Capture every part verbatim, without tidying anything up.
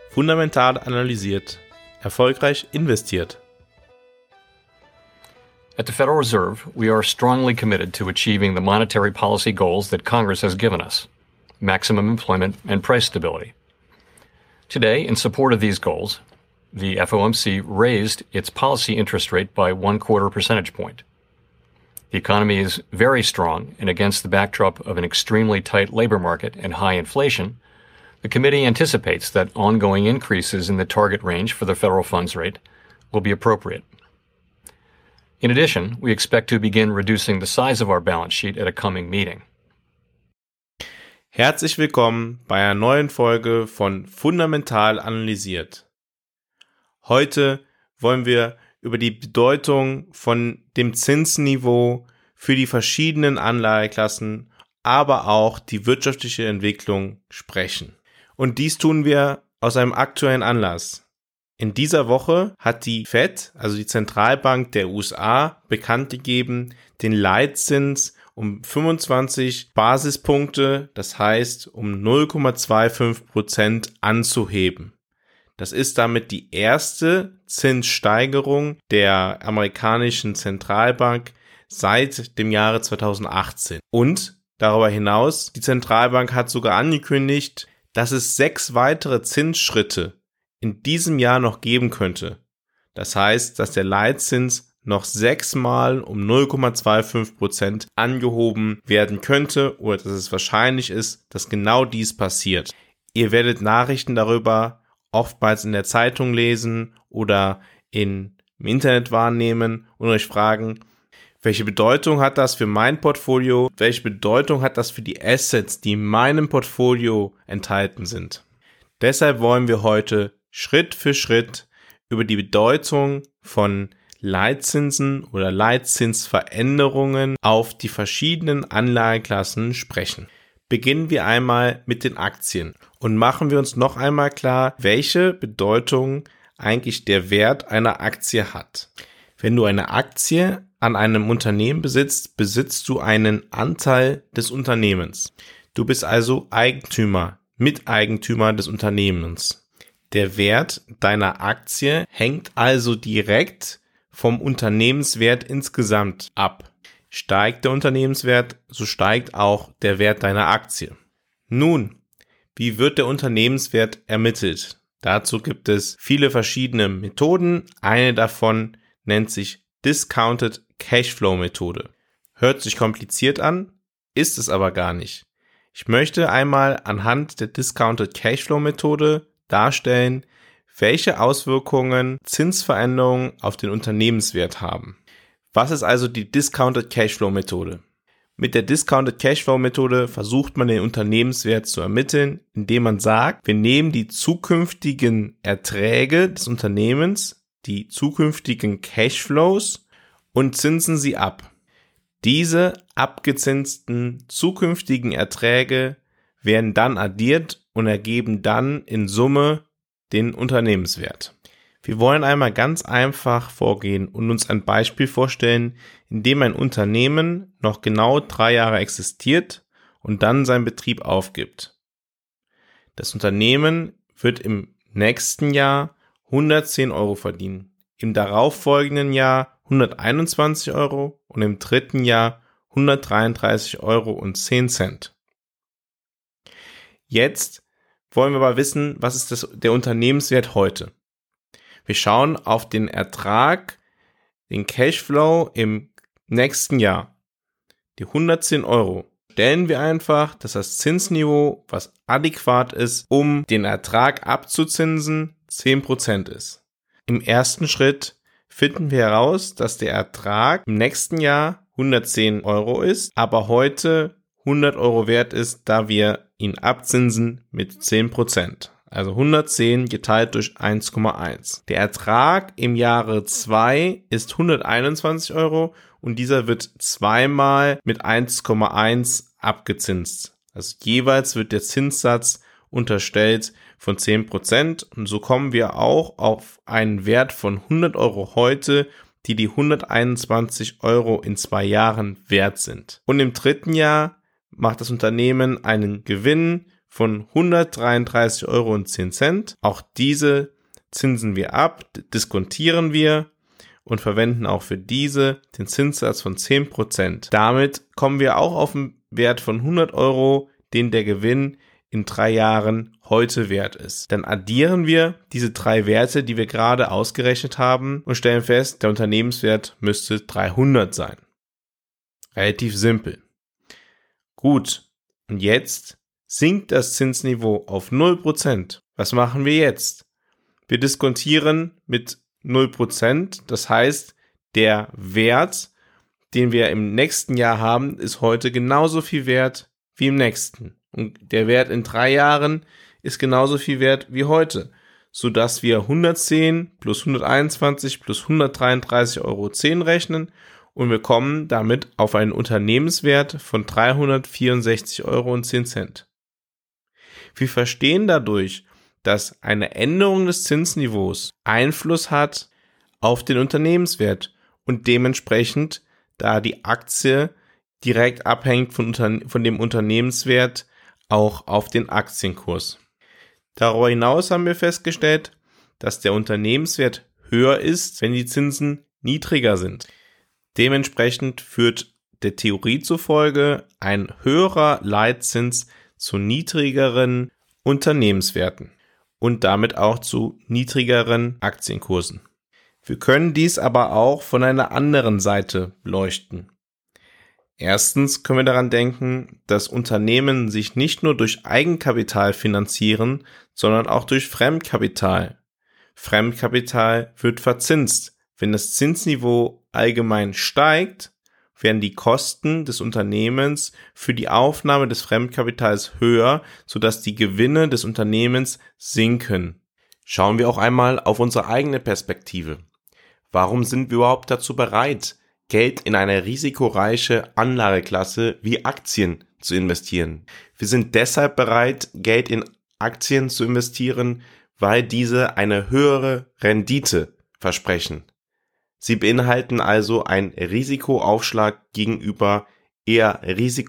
Fundamental analysiert, erfolgreich investiert. At the Federal Reserve, we are strongly committed to achieving the monetary policy goals that Congress has given us: maximum employment and price stability. Today, in support of these goals, the F O M C raised its policy interest rate by one quarter percentage point. The economy is very strong, and against the backdrop of an extremely tight labor market and high inflation, the committee anticipates that ongoing increases in the target range for the federal funds rate will be appropriate. In addition, we expect to begin reducing the size of our balance sheet at a coming meeting. Herzlich willkommen bei einer neuen Folge von Fundamental analysiert. Heute wollen wir über die Bedeutung von dem Zinsniveau für die verschiedenen Anlageklassen, aber auch die wirtschaftliche Entwicklung sprechen. Und dies tun wir aus einem aktuellen Anlass. In dieser Woche hat die Fed, also die Zentralbank der U S A, bekannt gegeben, den Leitzins um fünfundzwanzig Basispunkte, das heißt um null Komma fünfundzwanzig Prozent anzuheben. Das ist damit die erste Zinssteigerung der amerikanischen Zentralbank seit dem Jahre zweitausendachtzehn. Und darüber hinaus, die Zentralbank hat sogar angekündigt, dass es sechs weitere Zinsschritte in diesem Jahr noch geben könnte. Das heißt, dass der Leitzins noch sechsmal um null Komma fünfundzwanzig Prozent angehoben werden könnte oder dass es wahrscheinlich ist, dass genau dies passiert. Ihr werdet Nachrichten darüber oftmals in der Zeitung lesen oder in, im Internet wahrnehmen und euch fragen, welche Bedeutung hat das für mein Portfolio? Welche Bedeutung hat das für die Assets, die in meinem Portfolio enthalten sind? Deshalb wollen wir heute Schritt für Schritt über die Bedeutung von Leitzinsen oder Leitzinsveränderungen auf die verschiedenen Anlageklassen sprechen. Beginnen wir einmal mit den Aktien und machen wir uns noch einmal klar, welche Bedeutung eigentlich der Wert einer Aktie hat. Wenn du eine Aktie an einem Unternehmen besitzt, besitzt du einen Anteil des Unternehmens. Du bist also Eigentümer, Miteigentümer des Unternehmens. Der Wert deiner Aktie hängt also direkt vom Unternehmenswert insgesamt ab. Steigt der Unternehmenswert, so steigt auch der Wert deiner Aktie. Nun, wie wird der Unternehmenswert ermittelt? Dazu gibt es viele verschiedene Methoden. Eine davon nennt sich Discounted Cashflow Methode. Hört sich kompliziert an, ist es aber gar nicht. Ich möchte einmal anhand der Discounted Cashflow Methode darstellen, welche Auswirkungen Zinsveränderungen auf den Unternehmenswert haben. Was ist also die Discounted Cashflow Methode? Mit der Discounted Cashflow Methode versucht man den Unternehmenswert zu ermitteln, indem man sagt, wir nehmen die zukünftigen Erträge des Unternehmens, die zukünftigen Cashflows und zinsen sie ab. Diese abgezinsten zukünftigen Erträge werden dann addiert und ergeben dann in Summe den Unternehmenswert. Wir wollen einmal ganz einfach vorgehen und uns ein Beispiel vorstellen, in dem ein Unternehmen noch genau drei Jahre existiert und dann seinen Betrieb aufgibt. Das Unternehmen wird im nächsten Jahr hundertzehn Euro verdienen, im darauffolgenden Jahr hunderteinundzwanzig Euro und im dritten Jahr hundertdreiunddreißig Euro und zehn Cent. Jetzt wollen wir aber wissen, was ist das, der Unternehmenswert heute? Wir schauen auf den Ertrag, den Cashflow im nächsten Jahr. Die hundertzehn Euro stellen wir einfach, dass das Zinsniveau, was adäquat ist, um den Ertrag abzuzinsen, zehn Prozent ist. Im ersten Schritt finden wir heraus, dass der Ertrag im nächsten Jahr hundertzehn Euro ist, aber heute hundert Euro wert ist, da wir ihn abzinsen mit zehn Prozent. Also hundertzehn geteilt durch eins Komma eins. Der Ertrag im Jahre zwei ist hunderteinundzwanzig Euro und dieser wird zweimal mit eins Komma eins abgezinst. Also jeweils wird der Zinssatz unterstellt von zehn Prozent und so kommen wir auch auf einen Wert von hundert Euro heute, die die hunderteinundzwanzig Euro in zwei Jahren wert sind. Und im dritten Jahr macht das Unternehmen einen Gewinn von hundertdreiunddreißig Euro und zehn Cent. Auch diese zinsen wir ab, diskontieren wir und verwenden auch für diese den Zinssatz von zehn Prozent. Damit kommen wir auch auf einen Wert von hundert Euro, den der Gewinn in drei Jahren heute wert ist. Dann addieren wir diese drei Werte, die wir gerade ausgerechnet haben und stellen fest, der Unternehmenswert müsste dreihundert sein. Relativ simpel. Gut, und jetzt sinkt das Zinsniveau auf null Prozent. Was machen wir jetzt? Wir diskontieren mit null Prozent, das heißt, der Wert, den wir im nächsten Jahr haben, ist heute genauso viel wert wie im nächsten. Und der Wert in drei Jahren ist genauso viel wert wie heute, sodass wir hundertzehn plus hunderteinundzwanzig plus hundertdreiunddreißig Euro zehn rechnen und wir kommen damit auf einen Unternehmenswert von dreihundertvierundsechzig Euro und zehn Cent. Wir verstehen dadurch, dass eine Änderung des Zinsniveaus Einfluss hat auf den Unternehmenswert und dementsprechend, da die Aktie direkt abhängt von, von dem Unternehmenswert, auch auf den Aktienkurs. Darüber hinaus haben wir festgestellt, dass der Unternehmenswert höher ist, wenn die Zinsen niedriger sind. Dementsprechend führt der Theorie zufolge ein höherer Leitzins zu niedrigeren Unternehmenswerten und damit auch zu niedrigeren Aktienkursen. Wir können dies aber auch von einer anderen Seite beleuchten. Erstens können wir daran denken, dass Unternehmen sich nicht nur durch Eigenkapital finanzieren, sondern auch durch Fremdkapital. Fremdkapital wird verzinst. Wenn das Zinsniveau allgemein steigt, werden die Kosten des Unternehmens für die Aufnahme des Fremdkapitals höher, sodass die Gewinne des Unternehmens sinken. Schauen wir auch einmal auf unsere eigene Perspektive. Warum sind wir überhaupt dazu bereit, Geld in eine risikoreiche Anlageklasse wie Aktien zu investieren? Wir sind deshalb bereit, Geld in Aktien zu investieren, weil diese eine höhere Rendite versprechen. Sie beinhalten also einen Risikoaufschlag gegenüber eher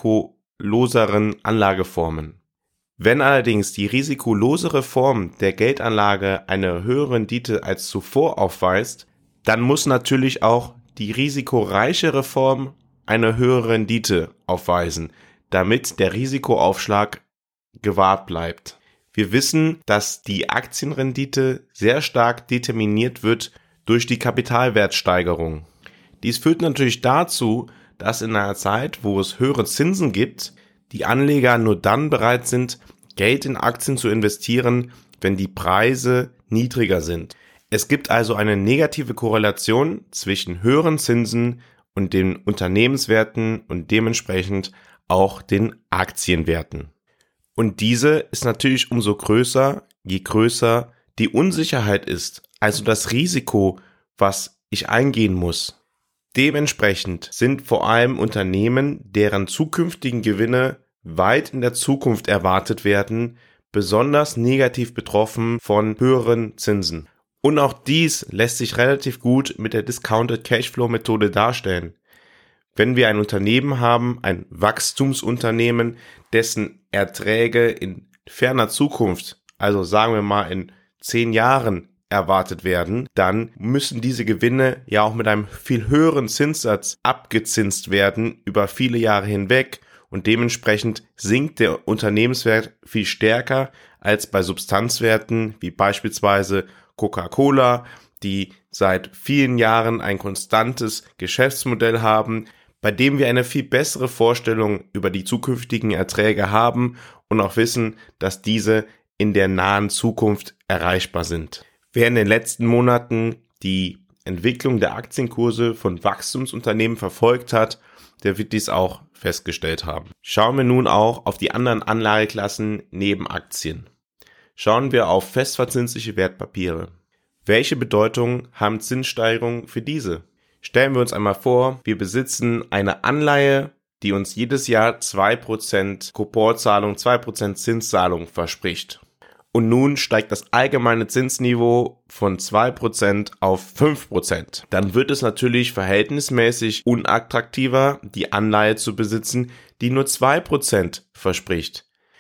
risikoloseren Anlageformen. Wenn allerdings die risikolosere Form der Geldanlage eine höhere Rendite als zuvor aufweist, dann muss natürlich auch die risikoreichere Form eine höhere Rendite aufweisen, damit der Risikoaufschlag gewahrt bleibt. Wir wissen, dass die Aktienrendite sehr stark determiniert wird durch die Kapitalwertsteigerung. Dies führt natürlich dazu, dass in einer Zeit, wo es höhere Zinsen gibt, die Anleger nur dann bereit sind, Geld in Aktien zu investieren, wenn die Preise niedriger sind. Es gibt also eine negative Korrelation zwischen höheren Zinsen und den Unternehmenswerten und dementsprechend auch den Aktienwerten. Und diese ist natürlich umso größer, je größer die Unsicherheit ist, also das Risiko, was ich eingehen muss. Dementsprechend sind vor allem Unternehmen, deren zukünftigen Gewinne weit in der Zukunft erwartet werden, besonders negativ betroffen von höheren Zinsen. Und auch dies lässt sich relativ gut mit der Discounted Cashflow Methode darstellen. Wenn wir ein Unternehmen haben, ein Wachstumsunternehmen, dessen Erträge in ferner Zukunft, also sagen wir mal in zehn Jahren erwartet werden, dann müssen diese Gewinne ja auch mit einem viel höheren Zinssatz abgezinst werden über viele Jahre hinweg und dementsprechend sinkt der Unternehmenswert viel stärker als bei Substanzwerten wie beispielsweise Coca-Cola, die seit vielen Jahren ein konstantes Geschäftsmodell haben, bei dem wir eine viel bessere Vorstellung über die zukünftigen Erträge haben und auch wissen, dass diese in der nahen Zukunft erreichbar sind. Wer in den letzten Monaten die Entwicklung der Aktienkurse von Wachstumsunternehmen verfolgt hat, der wird dies auch festgestellt haben. Schauen wir nun auch auf die anderen Anlageklassen neben Aktien. Schauen wir auf festverzinsliche Wertpapiere. Welche Bedeutung haben Zinssteigerungen für diese? Stellen wir uns einmal vor, wir besitzen eine Anleihe, die uns jedes Jahr zwei Prozent Couponzahlung, zwei Prozent Zinszahlung verspricht. Und nun steigt das allgemeine Zinsniveau von zwei Prozent auf fünf Prozent. Dann wird es natürlich verhältnismäßig unattraktiver, die Anleihe zu besitzen, die nur zwei Prozent verspricht.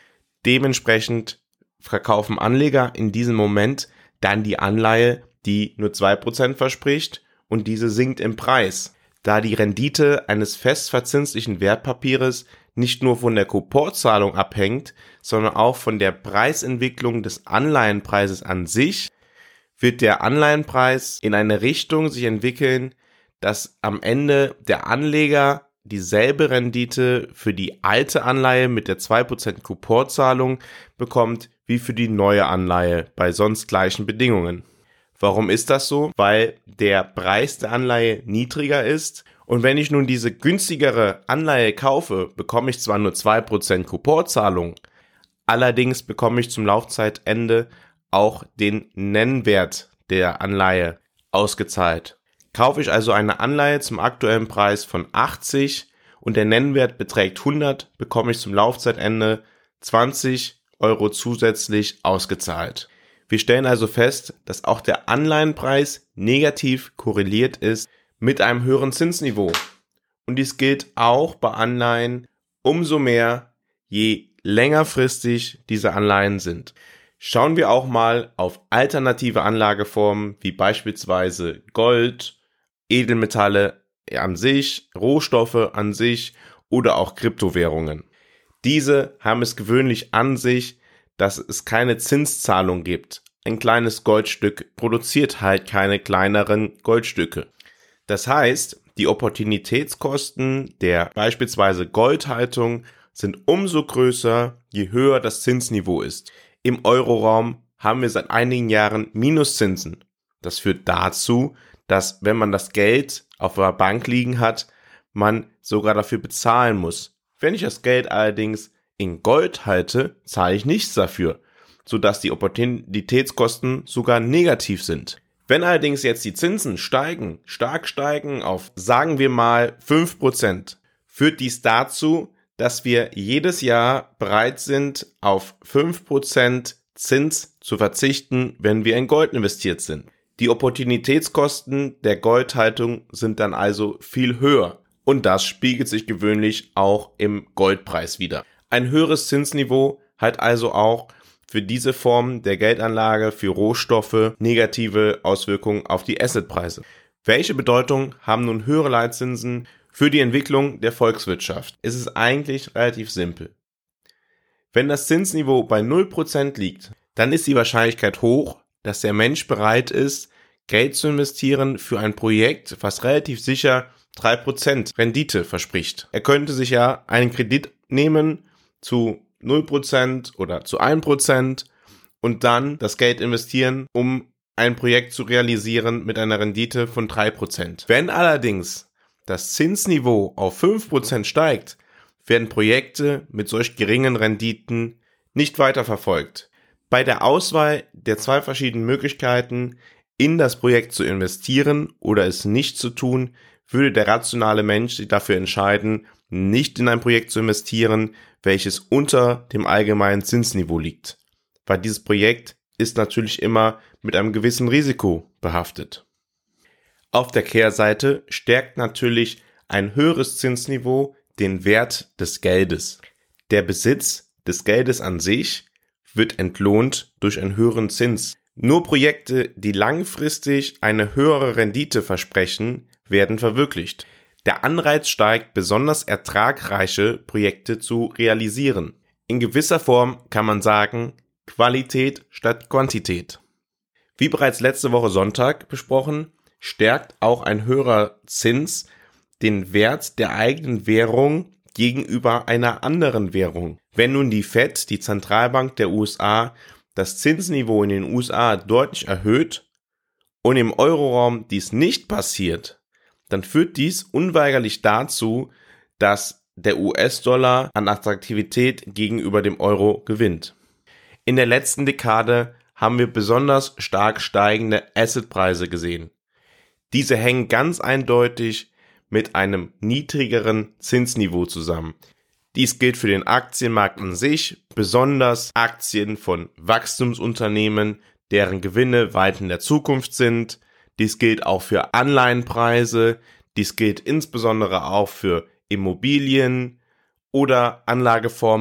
Dementsprechend verkaufen Anleger in diesem Moment dann die Anleihe, die nur zwei Prozent verspricht, und diese sinkt im Preis, da die Rendite eines festverzinslichen Wertpapieres nicht nur von der Couponzahlung abhängt, sondern auch von der Preisentwicklung des Anleihenpreises an sich, wird der Anleihenpreis in eine Richtung sich entwickeln, dass am Ende der Anleger dieselbe Rendite für die alte Anleihe mit der zwei Prozent Couponzahlung bekommt wie für die neue Anleihe bei sonst gleichen Bedingungen. Warum ist das so? Weil der Preis der Anleihe niedriger ist, und wenn ich nun diese günstigere Anleihe kaufe, bekomme ich zwar nur zwei Prozent Couponzahlung, allerdings bekomme ich zum Laufzeitende auch den Nennwert der Anleihe ausgezahlt. Kaufe ich also eine Anleihe zum aktuellen Preis von achtzig und der Nennwert beträgt hundert, bekomme ich zum Laufzeitende zwanzig Euro zusätzlich ausgezahlt. Wir stellen also fest, dass auch der Anleihenpreis negativ korreliert ist mit einem höheren Zinsniveau. Und dies gilt auch bei Anleihen umso mehr, je längerfristig diese Anleihen sind. Schauen wir auch mal auf alternative Anlageformen wie beispielsweise Gold, Edelmetalle an sich, Rohstoffe an sich oder auch Kryptowährungen. Diese haben es gewöhnlich an sich, dass es keine Zinszahlung gibt. Ein kleines Goldstück produziert halt keine kleineren Goldstücke. Das heißt, die Opportunitätskosten der beispielsweise Goldhaltung sind umso größer, je höher das Zinsniveau ist. Im Euroraum haben wir seit einigen Jahren Minuszinsen. Das führt dazu, dass, wenn man das Geld auf der Bank liegen hat, man sogar dafür bezahlen muss. Wenn ich das Geld allerdings in Gold halte, zahle ich nichts dafür, sodass die Opportunitätskosten sogar negativ sind. Wenn allerdings jetzt die Zinsen steigen, stark steigen auf, sagen wir mal, fünf Prozent, führt dies dazu, dass wir jedes Jahr bereit sind, auf fünf Prozent Zins zu verzichten, wenn wir in Gold investiert sind. Die Opportunitätskosten der Goldhaltung sind dann also viel höher und das spiegelt sich gewöhnlich auch im Goldpreis wider. Ein höheres Zinsniveau hat also auch für diese Form der Geldanlage für Rohstoffe negative Auswirkungen auf die Assetpreise. Welche Bedeutung haben nun höhere Leitzinsen für die Entwicklung der Volkswirtschaft? Es ist eigentlich relativ simpel. Wenn das Zinsniveau bei null Prozent liegt, dann ist die Wahrscheinlichkeit hoch, dass der Mensch bereit ist, Geld zu investieren für ein Projekt, was relativ sicher drei Prozent Rendite verspricht. Er könnte sich ja einen Kredit nehmen zu null Prozent oder zu ein Prozent und dann das Geld investieren, um ein Projekt zu realisieren mit einer Rendite von drei Prozent. Wenn allerdings das Zinsniveau auf fünf Prozent steigt, werden Projekte mit solch geringen Renditen nicht weiterverfolgt. Bei der Auswahl der zwei verschiedenen Möglichkeiten, in das Projekt zu investieren oder es nicht zu tun, würde der rationale Mensch sich dafür entscheiden, nicht in ein Projekt zu investieren, welches unter dem allgemeinen Zinsniveau liegt. Weil dieses Projekt ist natürlich immer mit einem gewissen Risiko behaftet. Auf der Kehrseite stärkt natürlich ein höheres Zinsniveau den Wert des Geldes. Der Besitz des Geldes an sich wird entlohnt durch einen höheren Zins. Nur Projekte, die langfristig eine höhere Rendite versprechen, werden verwirklicht. Der Anreiz steigt, besonders ertragreiche Projekte zu realisieren. In gewisser Form kann man sagen, Qualität statt Quantität. Wie bereits letzte Woche Sonntag besprochen, stärkt auch ein höherer Zins den Wert der eigenen Währung gegenüber einer anderen Währung. Wenn nun die Fed, die Zentralbank der U S A, das Zinsniveau in den U S A deutlich erhöht und im Euroraum dies nicht passiert, dann führt dies unweigerlich dazu, dass der U S-Dollar an Attraktivität gegenüber dem Euro gewinnt. In der letzten Dekade haben wir besonders stark steigende Assetpreise gesehen. Diese hängen ganz eindeutig mit einem niedrigeren Zinsniveau zusammen. Dies gilt für den Aktienmarkt an sich, besonders Aktien von Wachstumsunternehmen, deren Gewinne weit in der Zukunft sind. Dies gilt auch für Anleihenpreise, dies gilt insbesondere auch für Immobilien oder Anlageformen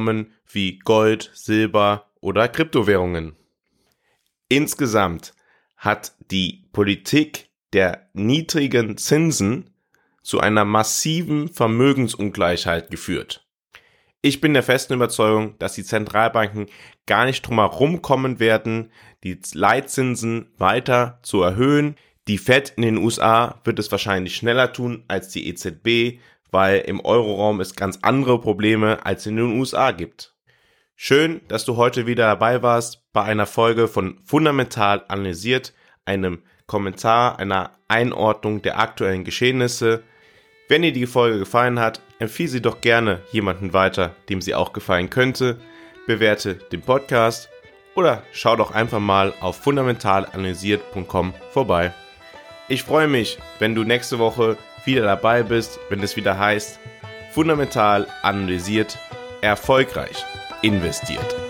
wie Gold, Silber oder Kryptowährungen. Insgesamt hat die Politik der niedrigen Zinsen zu einer massiven Vermögensungleichheit geführt. Ich bin der festen Überzeugung, dass die Zentralbanken gar nicht drum herum kommen werden, die Leitzinsen weiter zu erhöhen. Die Fed in den U S A wird es wahrscheinlich schneller tun als die E Z B, weil im Euroraum es ganz andere Probleme als in den U S A gibt. Schön, dass du heute wieder dabei warst bei einer Folge von Fundamental analysiert, einem Kommentar, einer Einordnung der aktuellen Geschehnisse. Wenn dir die Folge gefallen hat, empfehle sie doch gerne jemanden weiter, dem sie auch gefallen könnte. Bewerte den Podcast oder schau doch einfach mal auf fundamental analysiert punkt com vorbei. Ich freue mich, wenn du nächste Woche wieder dabei bist, wenn es wieder heißt, fundamental analysiert, erfolgreich investiert.